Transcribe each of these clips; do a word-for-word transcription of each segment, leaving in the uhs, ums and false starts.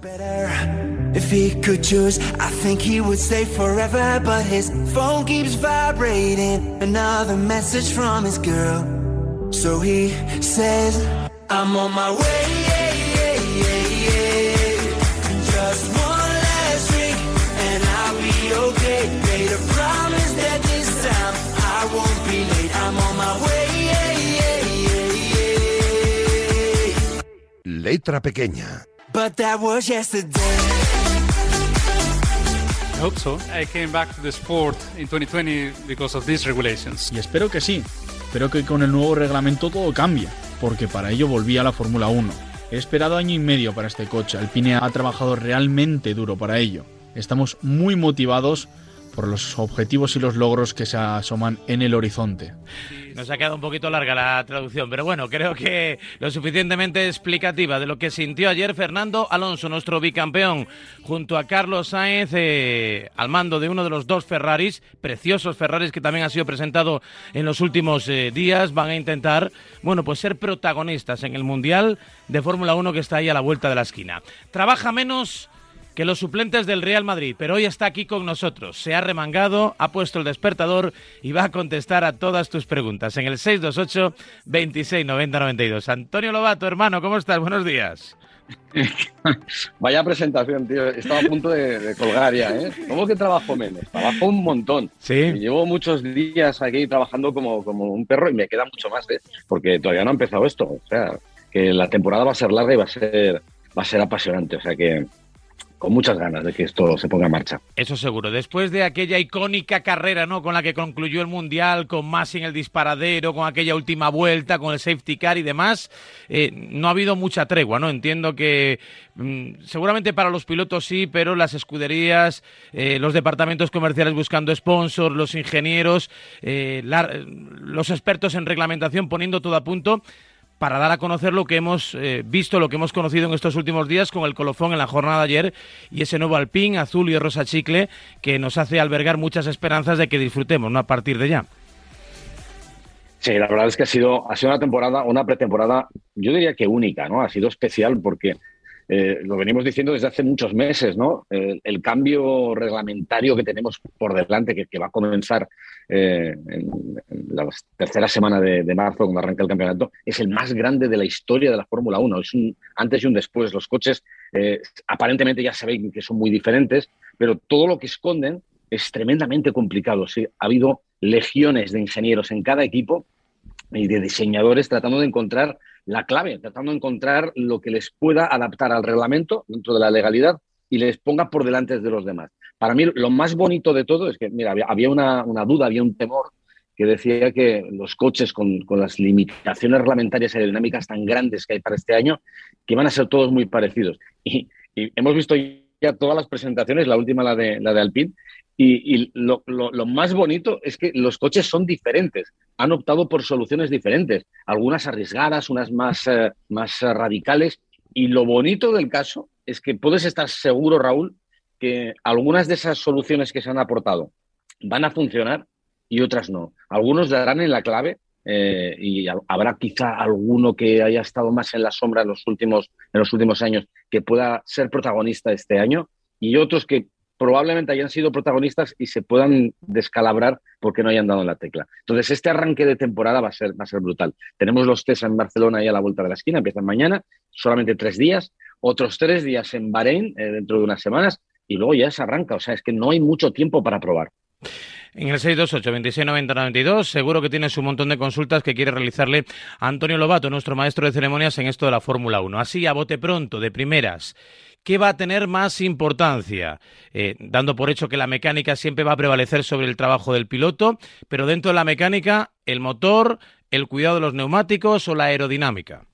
If he could choose, I think he would stay forever, but his phone keeps vibrating, another message from his girl. So he says, I'm on my way, just one last drink and I'll be okay. Made a promise that this time I won't be late. I'm on my way. Letra pequeña. But that was yesterday. I hope so. I came back to the sport in twenty twenty because of these regulations. Y espero que sí. Espero que con el nuevo reglamento todo cambie, porque para ello volví a la Fórmula uno. He esperado año y medio para este coche. Alpine ha trabajado realmente duro para ello. Estamos muy motivados por los objetivos y los logros que se asoman en el horizonte. Nos ha quedado un poquito larga la traducción, pero bueno, creo que lo suficientemente explicativa de lo que sintió ayer Fernando Alonso, nuestro bicampeón, junto a Carlos Sainz, eh, al mando de uno de los dos Ferraris, preciosos Ferraris que también ha sido presentado en los últimos eh, días. Van a intentar, bueno, pues ser protagonistas en el Mundial de Fórmula uno que está ahí a la vuelta de la esquina. Trabaja menos que los suplentes del Real Madrid, pero hoy está aquí con nosotros. Se ha remangado, ha puesto el despertador y va a contestar a todas tus preguntas en el seis dos ocho, veintiséis, noventa, noventa y dos. Antonio Lobato, hermano, ¿cómo estás? Buenos días. Vaya presentación, tío. Estaba a punto de, de colgar ya, ¿eh? ¿Cómo que trabajo menos? Trabajo un montón. Sí. Y llevo muchos días aquí trabajando como, como un perro y me queda mucho más, ¿eh? Porque todavía no ha empezado esto. O sea, que la temporada va a ser larga y va a ser, va a ser apasionante. O sea que con muchas ganas de que esto se ponga en marcha. Eso seguro. Después de aquella icónica carrera, ¿no?, con la que concluyó el Mundial, con Masi en el disparadero, con aquella última vuelta, con el safety car y demás, eh, no ha habido mucha tregua, ¿no? Entiendo que mmm, seguramente para los pilotos sí, pero las escuderías, eh, los departamentos comerciales buscando sponsors, los ingenieros, eh, la, los expertos en reglamentación poniendo todo a punto para dar a conocer lo que hemos eh, visto, lo que hemos conocido en estos últimos días con el colofón en la jornada de ayer y ese nuevo Alpine azul y rosa chicle que nos hace albergar muchas esperanzas de que disfrutemos, ¿no?, a partir de ya. Sí, la verdad es que ha sido, ha sido una temporada, una pretemporada, yo diría que única, ¿no? Ha sido especial porque eh, lo venimos diciendo desde hace muchos meses, ¿no? El, el cambio reglamentario que tenemos por delante, que, que va a comenzar eh, en, en la tercera semana de, de marzo, cuando arranca el campeonato, es el más grande de la historia de la Fórmula uno. Es un antes y un después. Los coches eh, aparentemente ya se ven que son muy diferentes, pero todo lo que esconden es tremendamente complicado. Sí, ha habido legiones de ingenieros en cada equipo y de diseñadores tratando de encontrar la clave, tratando de encontrar lo que les pueda adaptar al reglamento dentro de la legalidad y les ponga por delante de los demás. Para mí lo más bonito de todo es que, mira, había, había una, una duda, había un temor que decía que los coches con, con las limitaciones reglamentarias aerodinámicas tan grandes que hay para este año, que iban a ser todos muy parecidos. Y, y hemos visto ya todas las presentaciones, la última la de, la de Alpine, y, y lo, lo, lo más bonito es que los coches son diferentes, han optado por soluciones diferentes, algunas arriesgadas, unas más, eh, más radicales, y lo bonito del caso es que puedes estar seguro, Raúl, que algunas de esas soluciones que se han aportado van a funcionar y otras no. Algunos darán en la clave eh, y habrá quizá alguno que haya estado más en la sombra en los últimos, en los últimos años que pueda ser protagonista este año y otros que probablemente hayan sido protagonistas y se puedan descalabrar porque no hayan dado en la tecla. Entonces, este arranque de temporada va a ser, va a ser brutal. Tenemos los test en Barcelona y a la vuelta de la esquina, empiezan mañana, solamente tres días, otros tres días en Bahrein eh, dentro de unas semanas y luego ya se arranca. O sea, es que no hay mucho tiempo para probar. En el seis dos ocho, veintiséis, noventa, noventa y dos, seguro que tienes un montón de consultas que quiere realizarle a Antonio Lobato, nuestro maestro de ceremonias en esto de la Fórmula uno. Así, a bote pronto, de primeras, ¿qué va a tener más importancia? Eh, dando por hecho que la mecánica siempre va a prevalecer sobre el trabajo del piloto, pero dentro de la mecánica, ¿el motor, el cuidado de los neumáticos o la aerodinámica?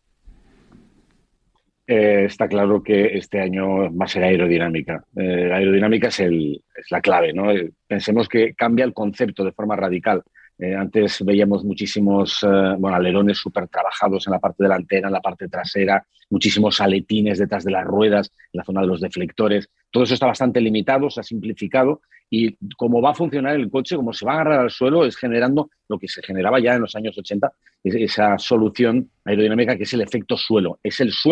Eh, está claro que este año va a ser aerodinámica. Eh, la aerodinámica es, el, es la clave, ¿no? Eh, pensemos que cambia el concepto de forma radical. Eh, antes veíamos muchísimos eh, bueno, alerones súper trabajados en la parte delantera, en la parte trasera, muchísimos aletines detrás de las ruedas, en la zona de los deflectores. Todo eso está bastante limitado, se ha simplificado y cómo va a funcionar el coche, cómo se va a agarrar al suelo, es generando lo que se generaba ya en los años ochenta, esa solución aerodinámica que es el efecto suelo. Es el suelo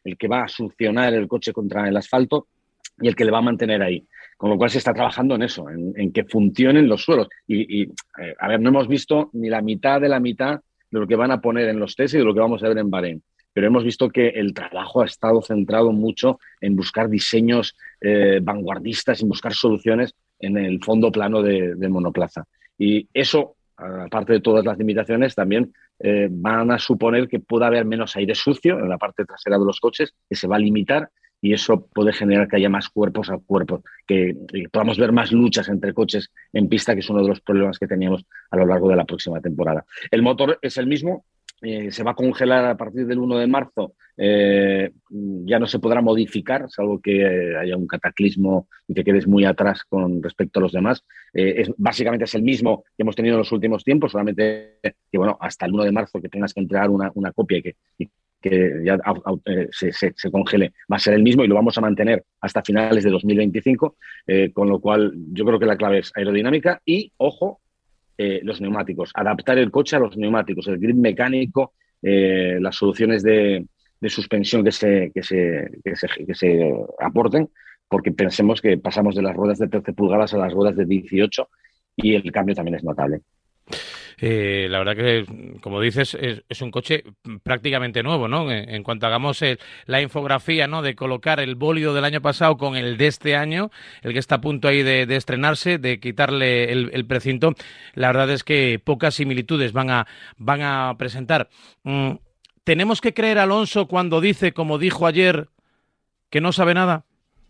el que va a succionar el coche contra el asfalto y el que le va a mantener ahí. Con lo cual se está trabajando en eso, en, en que funcionen los suelos. Y, y eh, a ver, no hemos visto ni la mitad de la mitad de lo que van a poner en los test y de lo que vamos a ver en Bahrein. Pero hemos visto que el trabajo ha estado centrado mucho en buscar diseños eh, vanguardistas, en buscar soluciones en el fondo plano de, de monoplaza. Y eso, aparte de todas las limitaciones, también eh, van a suponer que pueda haber menos aire sucio en la parte trasera de los coches, que se va a limitar, y eso puede generar que haya más cuerpos a cuerpos, que, que podamos ver más luchas entre coches en pista, que es uno de los problemas que teníamos a lo largo de la próxima temporada. El motor es el mismo, eh, se va a congelar a partir del uno de marzo, eh, ya no se podrá modificar, salvo que eh, haya un cataclismo y te quedes muy atrás con respecto a los demás. Eh, es, básicamente es el mismo que hemos tenido en los últimos tiempos, solamente que bueno, hasta el uno de marzo que tengas que entregar una, una copia y que... Y, que ya eh, se, se, se congele, va a ser el mismo y lo vamos a mantener hasta finales de dos mil veinticinco, eh, con lo cual yo creo que la clave es aerodinámica y, ojo, eh, los neumáticos, adaptar el coche a los neumáticos, el grip mecánico, eh, las soluciones de, de suspensión que se, que, se, que, se, que se aporten, porque pensemos que pasamos de las ruedas de trece pulgadas a las ruedas de dieciocho y el cambio también es notable. Eh, la verdad que, como dices, es, es un coche prácticamente nuevo, ¿no? En, en cuanto hagamos el, la infografía, ¿no? De colocar el bólido del año pasado con el de este año, el que está a punto ahí de, de estrenarse, de quitarle el, el precinto, la verdad es que pocas similitudes van a, van a presentar. Mm, ¿tenemos que creer a Alonso cuando dice, como dijo ayer, que no sabe nada?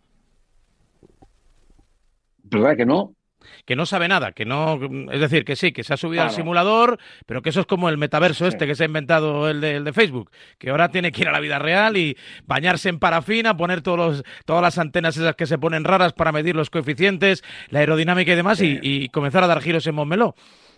¿Verdad que no? Que no sabe nada, que no, es decir, que sí, que se ha subido claro. al simulador, pero que eso es como el metaverso este sí. que se ha inventado el de, el de Facebook, que ahora tiene que ir a la vida real y bañarse en parafina, poner todos los, todas las antenas esas que se ponen raras para medir los coeficientes, la aerodinámica y demás, sí. y, y comenzar a dar giros en Montmeló.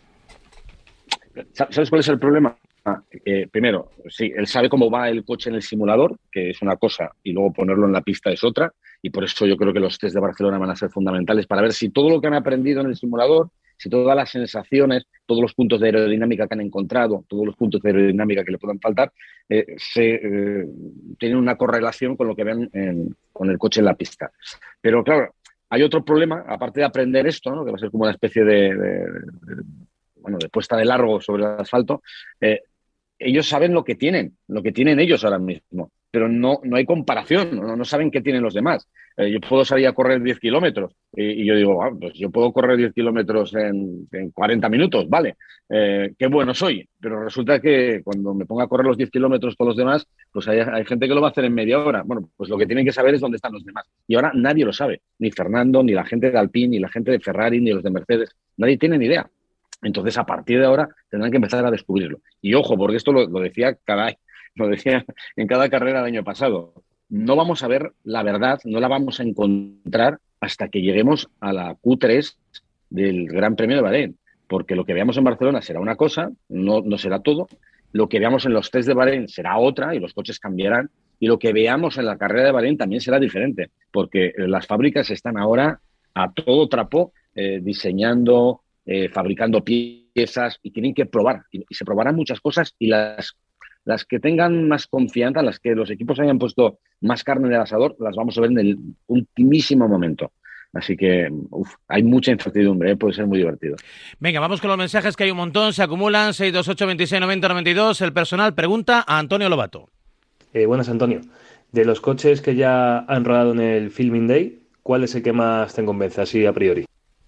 ¿Sabes cuál es el problema? Ah, eh, primero, sí, él sabe cómo va el coche en el simulador, que es una cosa, y luego ponerlo en la pista es otra, y por eso yo creo que los test de Barcelona van a ser fundamentales para ver si todo lo que han aprendido en el simulador, si todas las sensaciones, todos los puntos de aerodinámica que han encontrado, todos los puntos de aerodinámica que le puedan faltar, eh, se, eh, tienen una correlación con lo que ven en, con el coche en la pista. Pero claro, hay otro problema, aparte de aprender esto, ¿no? Que va a ser como una especie de, de, de, bueno, de puesta de largo sobre el asfalto, eh, ellos saben lo que tienen, lo que tienen ellos ahora mismo, pero no, no hay comparación, no, no saben qué tienen los demás. Eh, yo puedo salir a correr diez kilómetros y, y yo digo, ah, pues yo puedo correr diez kilómetros en, en cuarenta minutos, vale, eh, qué bueno soy, pero resulta que cuando me ponga a correr los diez kilómetros con los demás, pues hay, hay gente que lo va a hacer en media hora. Bueno, pues lo que tienen que saber es dónde están los demás. Y ahora nadie lo sabe, ni Fernando, ni la gente de Alpine, ni la gente de Ferrari, ni los de Mercedes, nadie tiene ni idea. Entonces, a partir de ahora, tendrán que empezar a descubrirlo. Y ojo, porque esto lo, lo decía cada lo decía en cada carrera del año pasado. No vamos a ver la verdad, no la vamos a encontrar hasta que lleguemos a la Q tres del Gran Premio de Bahrein. Porque lo que veamos en Barcelona será una cosa, no, no será todo. Lo que veamos en los test de Bahrein será otra y los coches cambiarán. Y lo que veamos en la carrera de Bahrein también será diferente. Porque las fábricas están ahora a todo trapo eh, diseñando... Eh, fabricando piezas y tienen que probar y, y se probarán muchas cosas y las, las que tengan más confianza, las que los equipos hayan puesto más carne en el asador, las vamos a ver en el ultimísimo momento. Así que uf, hay mucha incertidumbre, ¿eh? Puede ser muy divertido. Venga, vamos con los mensajes que hay un montón, se acumulan. Seis dos ocho, veintiséis, noventa, noventa y dos. El personal pregunta a Antonio Lobato. Eh, buenas, Antonio. De los coches que ya han rodado en el Filming Day, ¿cuál es el que más te convence así a priori?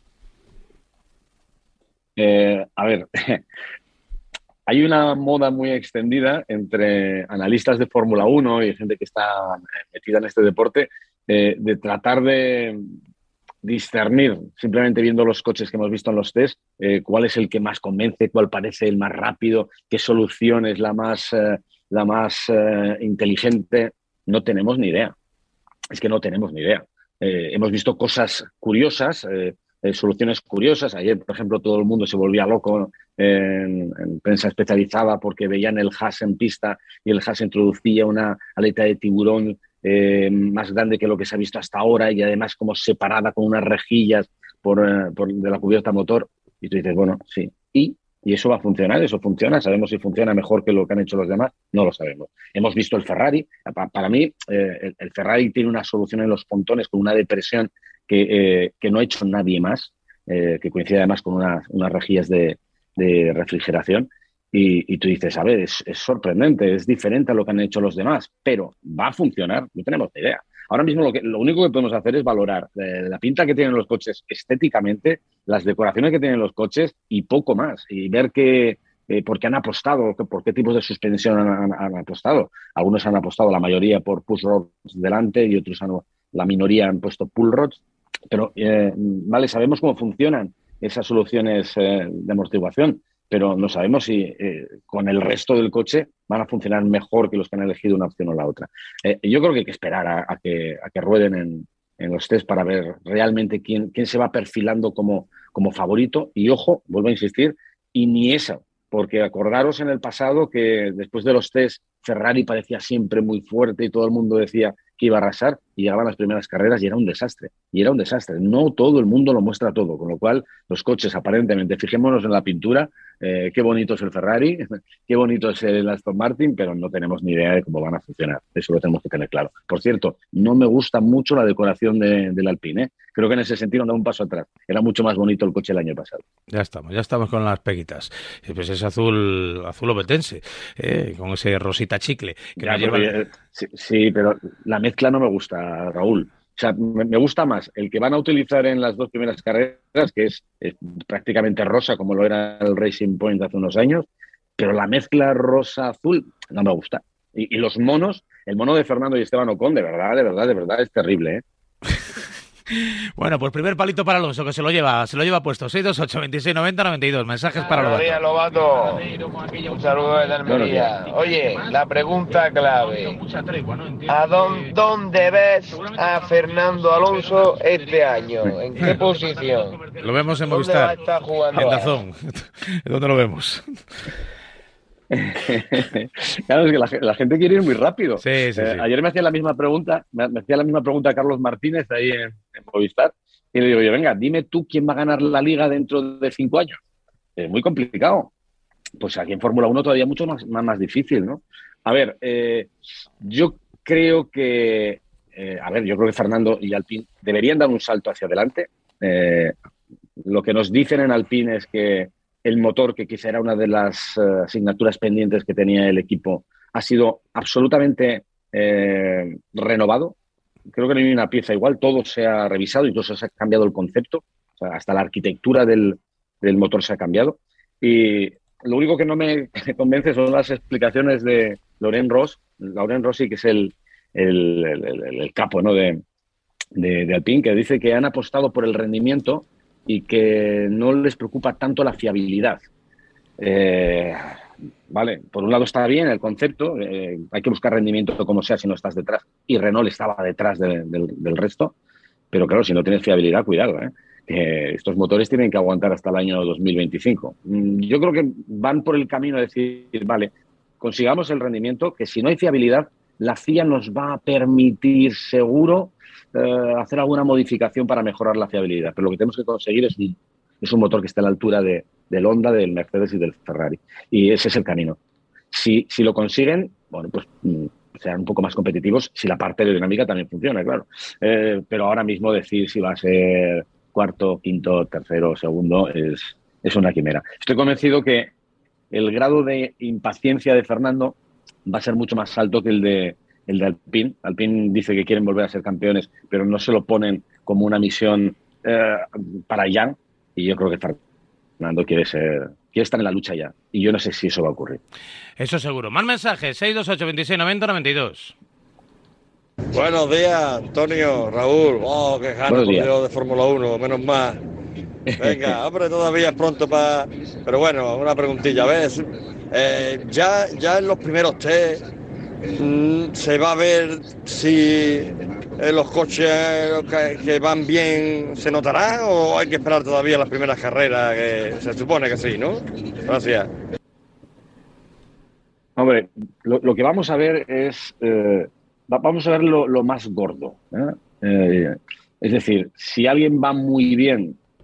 Eh, a ver, hay una moda muy extendida entre analistas de Fórmula uno y gente que está metida en este deporte eh, de tratar de discernir, simplemente viendo los coches que hemos visto en los test, eh, cuál es el que más convence, cuál parece el más rápido, qué solución es la más, eh, la más eh, inteligente. No tenemos ni idea. Es que no tenemos ni idea. Eh, hemos visto cosas curiosas, eh, Eh, soluciones curiosas. Ayer, por ejemplo, todo el mundo se volvía loco en, en prensa especializada porque veían el Haas en pista y el Haas introducía una aleta de tiburón eh, más grande que lo que se ha visto hasta ahora y además como separada con unas rejillas por, eh, por de la cubierta motor. Y tú dices, bueno, sí. Y Y eso va a funcionar, eso funciona. ¿Sabemos si funciona mejor que lo que han hecho los demás? No lo sabemos. Hemos visto el Ferrari. Para mí, eh, el, el Ferrari tiene una solución en los pontones con una depresión que, eh, que no ha hecho nadie más, eh, que coincide además con una, unas rejillas de, de refrigeración. Y, y tú dices, a ver, es, es sorprendente, es diferente a lo que han hecho los demás, pero ¿va a funcionar? No tenemos ni idea. Ahora mismo lo, que, lo único que podemos hacer es valorar eh, la pinta que tienen los coches estéticamente, las decoraciones que tienen los coches y poco más. Y ver qué, eh, por qué han apostado, por qué tipos de suspensión han, han, han apostado. Algunos han apostado, la mayoría, por push rods delante y otros, han, la minoría, han puesto pull rods. Pero, eh, vale, sabemos cómo funcionan esas soluciones eh, de amortiguación, pero no sabemos si eh, con el resto del coche van a funcionar mejor que los que han elegido una opción o la otra. Eh, yo creo que hay que esperar a, a, que, a que rueden en, en los test para ver realmente quién, quién se va perfilando como, como favorito. Y ojo, vuelvo a insistir, y ni eso, porque acordaros en el pasado que después de los test Ferrari parecía siempre muy fuerte y todo el mundo decía que iba a arrasar y llegaban las primeras carreras y era un desastre. Y era un desastre. No todo el mundo lo muestra todo, con lo cual los coches aparentemente, fijémonos en la pintura, eh, qué bonito es el Ferrari, qué bonito es el Aston Martin, pero no tenemos ni idea de cómo van a funcionar. Eso lo tenemos que tener claro. Por cierto, no me gusta mucho la decoración de, del Alpine, ¿eh? Creo que en ese sentido da un paso atrás. Era mucho más bonito el coche el año pasado. Ya estamos, ya estamos con las peguitas. Pues es azul, azul obetense, eh, con ese rosita chicle. Que ya, lleva... pero, sí, sí, pero la mezcla no me gusta, Raúl. O sea, me, me gusta más el que van a utilizar en las dos primeras carreras, que es, es prácticamente rosa, como lo era el Racing Point hace unos años, pero la mezcla rosa-azul no me gusta. Y, y los monos, el mono de Fernando y Esteban Ocon, de verdad, de verdad, de verdad, es terrible, ¿eh? Bueno, pues primer palito para Alonso, que se lo lleva, se lo lleva puesto. seis dos ocho, veintiséis noventa, noventa y dos. Mensajes para Lobato. Buenos días, Lobato. Un saludo desde Almería. Oye, la pregunta clave. ¿A dónde, dónde ves a Fernando Alonso este año? ¿En qué posición? Lo vemos en Movistar. ¿Dónde va a estar jugando? En Dazón. ¿Dónde lo vemos? Claro, es que la, la gente quiere ir muy rápido. Sí, sí, eh, sí. Ayer me hacía la misma pregunta, me, me hacía la misma pregunta a Carlos Martínez ahí en, en Movistar, y le digo yo, venga, dime tú quién va a ganar la Liga dentro de cinco años. Es muy complicado. Pues aquí en Fórmula uno todavía mucho más, más, más difícil, ¿no? A ver, eh, yo creo que, eh, a ver, yo creo que Fernando y Alpine deberían dar un salto hacia adelante. Eh, lo que nos dicen en Alpine es que el motor, que quizá era una de las uh, asignaturas pendientes que tenía el equipo, ha sido absolutamente eh, renovado. Creo que no hay una pieza igual, todo se ha revisado, incluso se ha cambiado el concepto, o sea, hasta la arquitectura del, del motor se ha cambiado. Y lo único que no me convence son las explicaciones de Laurent Ross, Laurent Rossi, que es el, el, el, el, el capo, ¿no?, de, de, de Alpine, que dice que han apostado por el rendimiento y que no les preocupa tanto la fiabilidad. Eh, vale, por un lado está bien el concepto, eh, hay que buscar rendimiento como sea si no estás detrás, y Renault estaba detrás de, de, del resto, pero claro, si no tienes fiabilidad, cuidado, ¿eh? Eh, estos motores tienen que aguantar hasta el año dos mil veinticinco. Yo creo que van por el camino de decir, vale, consigamos el rendimiento, que si no hay fiabilidad, la F I A nos va a permitir seguro eh, hacer alguna modificación para mejorar la fiabilidad. Pero lo que tenemos que conseguir es un, es un motor que esté a la altura de, del Honda, del Mercedes y del Ferrari. Y ese es el camino. Si, si lo consiguen, bueno, pues mm, serán un poco más competitivos si la parte aerodinámica también funciona, claro. Eh, pero ahora mismo decir si va a ser cuarto, quinto, tercero, segundo, es, es una quimera. Estoy convencido que el grado de impaciencia de Fernando va a ser mucho más alto que el de, el de Alpine. Alpine dice que quieren volver a ser campeones, pero no se lo ponen como una misión eh, para ya. Y yo creo que Fernando quiere ser, quiere estar en la lucha ya. Y yo no sé si eso va a ocurrir. Eso seguro. Más mensajes, seis dos ocho, veintiséis noventa, noventa y dos. Buenos días, Antonio, Raúl. Oh, qué ganas, por Dios, de Fórmula uno, menos mal. Venga, hombre, todavía es pronto para... Pero bueno, una preguntilla, ¿ves? Eh, ya, ya en los primeros test mmm, se va a ver si eh, los coches que, que van bien se notará, o hay que esperar todavía las primeras carreras, que se supone que sí, ¿no? Gracias. Hombre, lo, lo que vamos a ver es... Eh... Vamos a ver lo, lo más gordo, ¿eh? Eh, es decir, si alguien va muy bien,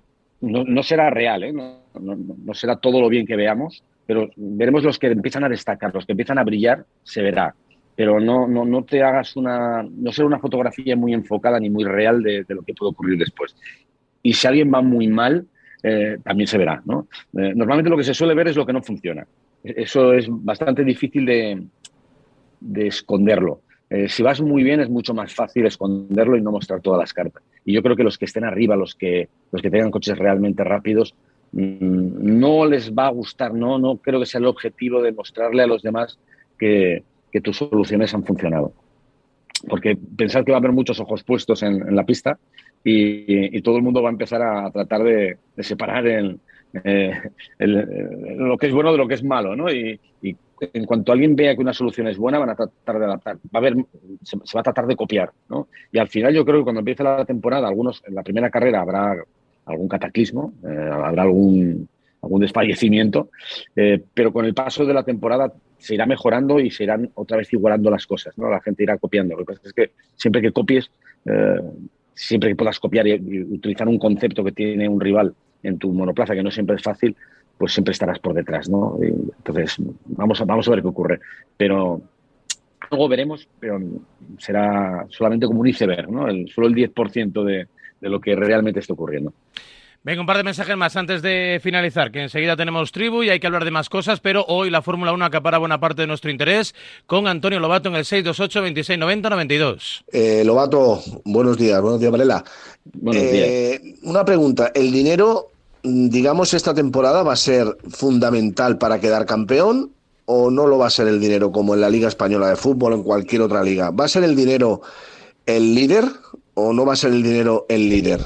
no, no será real, ¿eh? no, no, no será todo lo bien que veamos, pero veremos los que empiezan a destacar, los que empiezan a brillar, se verá. Pero no, no, no te hagas una, no será una fotografía muy enfocada ni muy real de, de lo que puede ocurrir después. Y si alguien va muy mal, eh, también se verá, ¿no? Eh, normalmente lo que se suele ver es lo que no funciona. Eso es bastante difícil de, de esconderlo. Eh, si vas muy bien es mucho más fácil esconderlo y no mostrar todas las cartas. Y yo creo que los que estén arriba, los que, los que tengan coches realmente rápidos, mmm, no les va a gustar, ¿no? No creo que sea el objetivo de mostrarle a los demás que, que tus soluciones han funcionado. Porque pensar que va a haber muchos ojos puestos en, en la pista y, y todo el mundo va a empezar a tratar de, de separar el, eh, el, el, lo que es bueno de lo que es malo, ¿no? Y, y en cuanto alguien vea que una solución es buena, van a tratar de adaptar. Va a haber, se, se va a tratar de copiar, ¿no? Y al final yo creo que cuando empiece la temporada, algunos en la primera carrera habrá algún cataclismo, eh, habrá algún, algún desfallecimiento, eh, pero con el paso de la temporada se irá mejorando y se irán otra vez igualando las cosas, ¿no? La gente irá copiando. Lo que pasa es que siempre que copies, eh, siempre que puedas copiar y, y utilizar un concepto que tiene un rival en tu monoplaza, que no siempre es fácil, pues siempre estarás por detrás, ¿no? Y entonces, vamos a, vamos a ver qué ocurre. Pero luego veremos, pero será solamente como un iceberg, ¿no? El, solo el diez por ciento de, de lo que realmente está ocurriendo. Venga, un par de mensajes más antes de finalizar, que enseguida tenemos tribu y hay que hablar de más cosas, pero hoy la Fórmula uno acapara buena parte de nuestro interés con Antonio Lobato en el seis dos ocho, veintiséis noventa, noventa y dos. Eh, Lobato, buenos días, buenos días, Varela. Buenos eh, días. Una pregunta, ¿el dinero, digamos, esta temporada va a ser fundamental para quedar campeón o no lo va a ser el dinero como en la Liga Española de Fútbol o en cualquier otra liga? ¿Va a ser el dinero el líder o no va a ser el dinero el líder?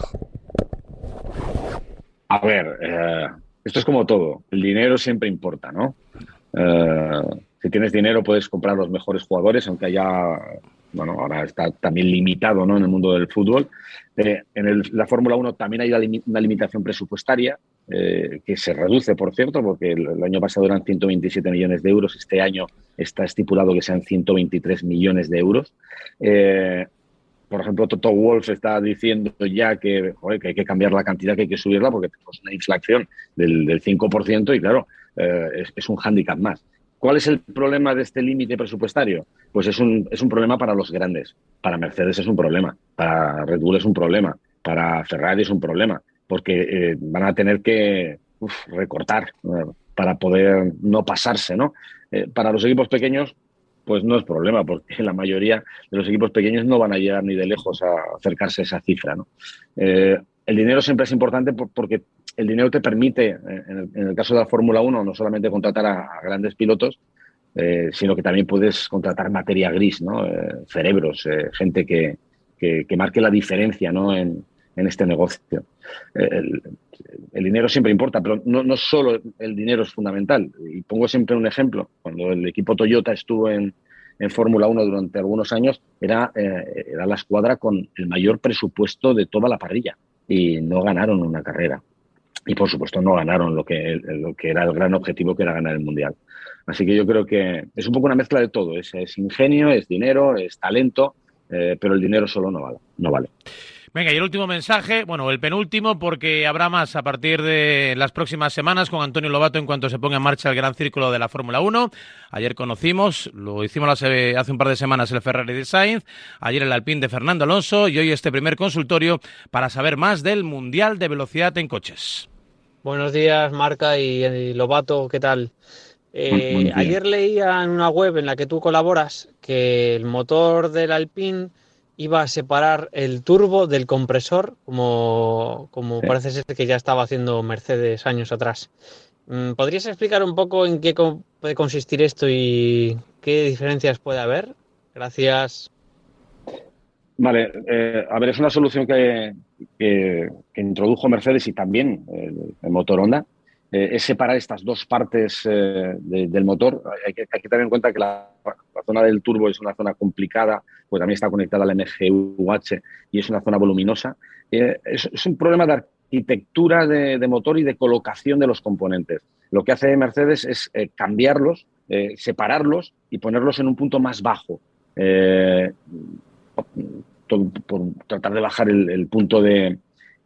A ver, eh, esto es como todo. El dinero siempre importa, ¿no? Eh, si tienes dinero puedes comprar los mejores jugadores, aunque haya, bueno, ahora está también limitado, ¿no? En el mundo del fútbol. Eh, en el, la Fórmula uno también hay una limitación presupuestaria, eh, que se reduce, por cierto, porque el, el año pasado eran ciento veintisiete millones de euros. Este año está estipulado que sean ciento veintitrés millones de euros. Eh, Por ejemplo, Toto Wolff está diciendo ya que, joder, que hay que cambiar la cantidad, que hay que subirla porque tenemos una inflación del, del cinco por ciento y, claro, eh, es, es un hándicap más. ¿Cuál es el problema de este límite presupuestario? Pues es un, es un problema para los grandes. Para Mercedes es un problema, para Red Bull es un problema, para Ferrari es un problema, porque eh, van a tener que uf, recortar eh, para poder no pasarse, ¿no? Eh, para los equipos pequeños, pues no es problema, porque la mayoría de los equipos pequeños no van a llegar ni de lejos a acercarse a esa cifra, ¿no? Eh, el dinero siempre es importante porque el dinero te permite, en el, en el caso de la Fórmula uno, no solamente contratar a, a grandes pilotos, eh, sino que también puedes contratar materia gris, ¿no? Eh, cerebros, eh, gente que, que, que marque la diferencia, ¿no? en, en este negocio. Eh, el, el dinero siempre importa, pero no, no solo el dinero es fundamental. Y pongo siempre un ejemplo. Cuando el equipo Toyota estuvo en, en Fórmula uno durante algunos años, era, eh, era la escuadra con el mayor presupuesto de toda la parrilla y no ganaron una carrera. Y, por supuesto, no ganaron lo que, lo que era el gran objetivo, que era ganar el Mundial. Así que yo creo que es un poco una mezcla de todo. Es, es ingenio, es dinero, es talento, eh, pero el dinero solo no vale. No vale. Venga, y el último mensaje, bueno, el penúltimo, porque habrá más a partir de las próximas semanas con Antonio Lobato en cuanto se ponga en marcha el Gran Círculo de la Fórmula uno. Ayer conocimos, lo hicimos hace, hace un par de semanas, el Ferrari de Sainz, ayer el Alpine de Fernando Alonso y hoy este primer consultorio para saber más del Mundial de Velocidad en Coches. Buenos días, Marca y, y Lobato, ¿qué tal? Eh, ayer leía en una web en la que tú colaboras que el motor del Alpine iba a separar el turbo del compresor, como, como sí. Parece ser que ya estaba haciendo Mercedes años atrás. ¿Podrías explicar un poco en qué puede consistir esto y qué diferencias puede haber? Gracias. Vale, eh, a ver, es una solución que, que, que introdujo Mercedes y también el, el motor Honda. Eh, es separar estas dos partes eh, de, del motor. Hay que, hay que tener en cuenta que la, la zona del turbo es una zona complicada, pues también está conectada al M G U H y es una zona voluminosa. Eh, es, es un problema de arquitectura de, de motor y de colocación de los componentes. Lo que hace Mercedes es eh, cambiarlos, eh, separarlos y ponerlos en un punto más bajo. Eh, por, por tratar de bajar el, el punto de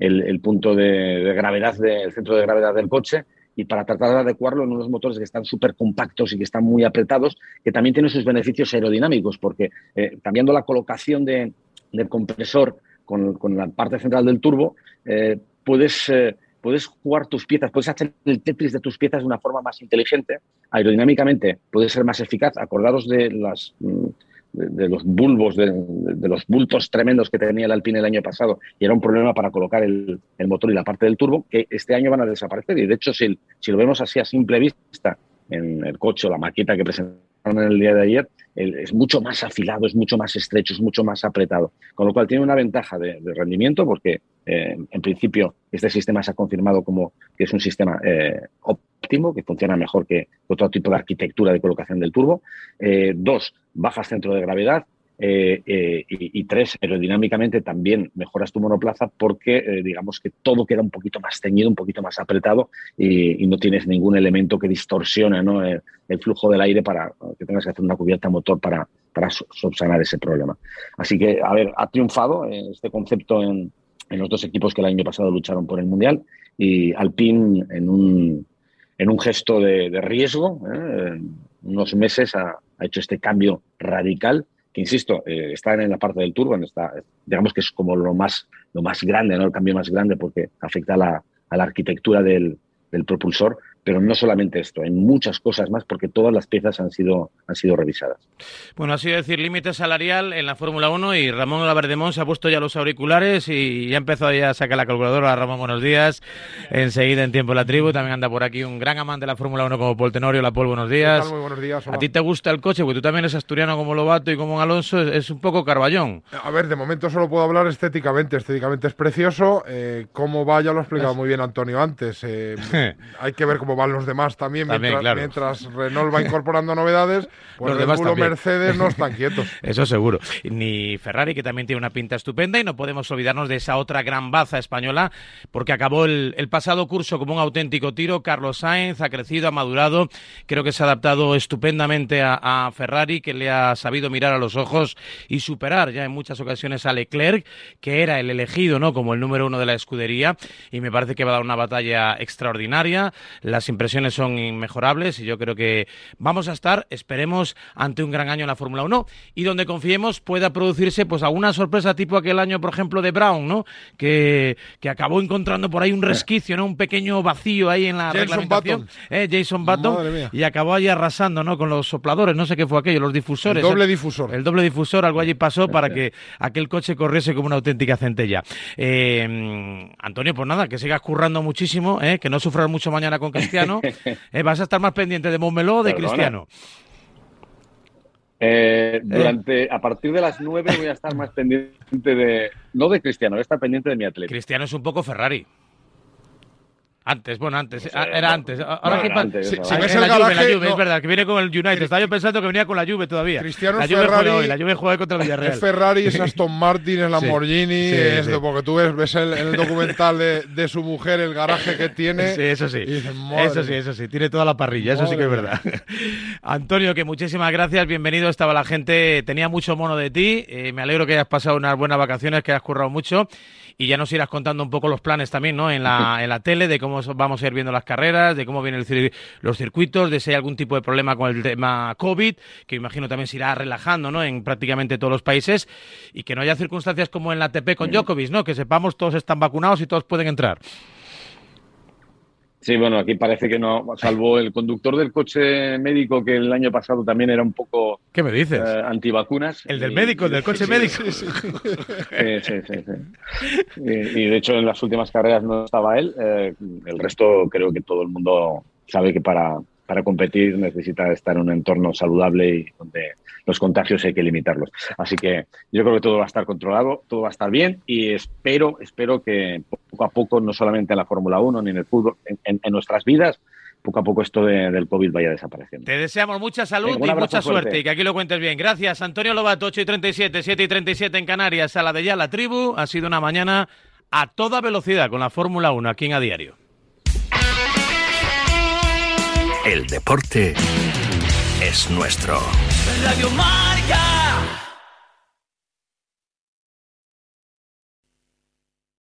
el, el punto de, de gravedad, de, el centro de gravedad del coche, y para tratar de adecuarlo en unos motores que están súper compactos y que están muy apretados, que también tienen sus beneficios aerodinámicos, porque eh, cambiando la colocación de, del compresor con, con la parte central del turbo, eh, puedes, eh, puedes jugar tus piezas, puedes hacer el Tetris de tus piezas de una forma más inteligente, aerodinámicamente puede ser más eficaz. Acordaros de las... De, de los bulbos, de, de los bultos tremendos que tenía el Alpine el año pasado, y era un problema para colocar el, el motor y la parte del turbo, que este año van a desaparecer. Y de hecho, si, si lo vemos así a simple vista en el coche o la maqueta que presentaron en el día de ayer, el, es mucho más afilado, es mucho más estrecho, es mucho más apretado. Con lo cual tiene una ventaja de, de rendimiento, porque eh, en principio este sistema se ha confirmado como que es un sistema eh, óptimo, que funciona mejor que otro tipo de arquitectura de colocación del turbo. Eh, dos, bajas centro de gravedad. Eh, eh, y, y tres, aerodinámicamente también mejoras tu monoplaza, porque eh, digamos que todo queda un poquito más teñido, un poquito más apretado, y, y no tienes ningún elemento que distorsione, ¿no?, el, el flujo del aire para que tengas que hacer una cubierta motor para, para subsanar ese problema. Así que, a ver, ha triunfado este concepto en, en los dos equipos que el año pasado lucharon por el Mundial, y Alpine en un, en un gesto de, de riesgo, ¿eh? en unos meses ha, ha hecho este cambio radical, que insisto, eh, está en la parte del turbo, está, digamos que es como lo más, lo más grande, ¿no?, el cambio más grande, porque afecta a la, a la arquitectura del, del propulsor, pero no solamente esto, hay muchas cosas más, porque todas las piezas han sido, han sido revisadas. Bueno, ha sido decir límite salarial en la Fórmula uno, y Ramón Laverdemont se ha puesto ya los auriculares y ya ha empezado ya a sacar la calculadora. Ramón, buenos días. Enseguida en Tiempo en la Tribu también anda por aquí un gran amante de la Fórmula uno como Paul Tenorio. La Paul, buenos días. Muy buenos días. Hola. ¿A ti te gusta el coche? Porque tú también eres asturiano como Lobato y como Alonso, es, es un poco Carballón. A ver, de momento solo puedo hablar estéticamente. Estéticamente es precioso. Eh, cómo va, ya lo ha explicado muy bien Antonio antes. Eh, hay que ver cómo van los demás también. También, También, mientras, claro. mientras Renault va incorporando novedades, pues Red Bull o Mercedes no están quietos. Eso seguro. Ni Ferrari, que también tiene una pinta estupenda, y no podemos olvidarnos de esa otra gran baza española, porque acabó el, el pasado curso como un auténtico tiro. Carlos Sainz ha crecido, ha madurado, creo que se ha adaptado estupendamente a, a Ferrari, que le ha sabido mirar a los ojos y superar ya en muchas ocasiones a Leclerc, que era el elegido, ¿no?, como el número uno de la escudería, y me parece que va a dar una batalla extraordinaria. Las impresiones son inmejorables y yo creo que vamos a estar, esperemos, ante un gran año en la Fórmula uno, y donde confiemos pueda producirse pues alguna sorpresa tipo aquel año, por ejemplo, de Brown, ¿no?, que, que acabó encontrando por ahí un resquicio, ¿no?, un pequeño vacío ahí en la Jason reglamentación, Button. Eh, Jason Button, y acabó ahí arrasando, ¿no?, con los sopladores, no sé qué fue aquello, los difusores. El doble eh, difusor. El doble difusor, algo allí pasó para que aquel coche corriese como una auténtica centella. Eh, Antonio, pues nada, que sigas currando muchísimo, eh, que no sufras mucho mañana con Cristiano. Eh, ¿Vas a estar más pendiente de Montmeló o de Perdona. Cristiano? Eh, durante, eh. A partir de las nueve voy a estar más pendiente de... No de Cristiano, voy a estar pendiente de mi atleta. Cristiano es un poco Ferrari. Antes, bueno, antes, no sé, era no, antes. Ahora bueno, que pa- antes, si, si ves la el Juve, garaje, la Juve, no. es verdad, que viene con el United. Estaba yo pensando que venía con la Juve todavía. Cristiano la Juve Ferrari, juega hoy, la Juve juega contra el Villarreal. Es Ferrari, es Aston Martin, es Lamborghini, sí, sí, es de, sí. porque tú ves, ves el, en el documental de, de su mujer el garaje que tiene. Sí, eso sí. Y dices, eso sí, eso sí. Tiene toda la parrilla, eso sí que es verdad. Antonio, que muchísimas gracias, bienvenido. Estaba la gente, tenía mucho mono de ti. Eh, me alegro que hayas pasado unas buenas vacaciones, que hayas currado mucho. Y ya nos irás contando un poco los planes también, ¿no?, en la, en la tele, de cómo vamos a ir viendo las carreras, de cómo vienen el, los circuitos, de si hay algún tipo de problema con el tema COVID, que imagino también se irá relajando, ¿no?, en prácticamente todos los países, y que no haya circunstancias como en la A T P con Djokovic, ¿no?, que sepamos todos están vacunados y todos pueden entrar. Sí, bueno, aquí parece que no, salvo el conductor del coche médico, que el año pasado también era un poco... ¿Qué me dices? Eh, antivacunas. ¿El del y, médico, el del coche sí, médico? Sí, sí, sí, sí, sí, sí. Y, y de hecho en las últimas carreras no estaba él. Eh, el resto creo que todo el mundo sabe que para, para competir necesita estar en un entorno saludable y donde los contagios hay que limitarlos. Así que yo creo que todo va a estar controlado, todo va a estar bien, y espero, espero que poco a poco, no solamente en la Fórmula uno ni en el fútbol, en, en, en nuestras vidas, poco a poco esto de, del COVID vaya desapareciendo. Te deseamos mucha salud Venga, y mucha fuerte. suerte, y que aquí lo cuentes bien. Gracias, Antonio Lobato. Ocho y treinta y siete, siete y treinta y siete en Canarias, a la de ya la tribu. Ha sido una mañana a toda velocidad con la Fórmula uno aquí en A Diario. El deporte es nuestro. Radio Marca.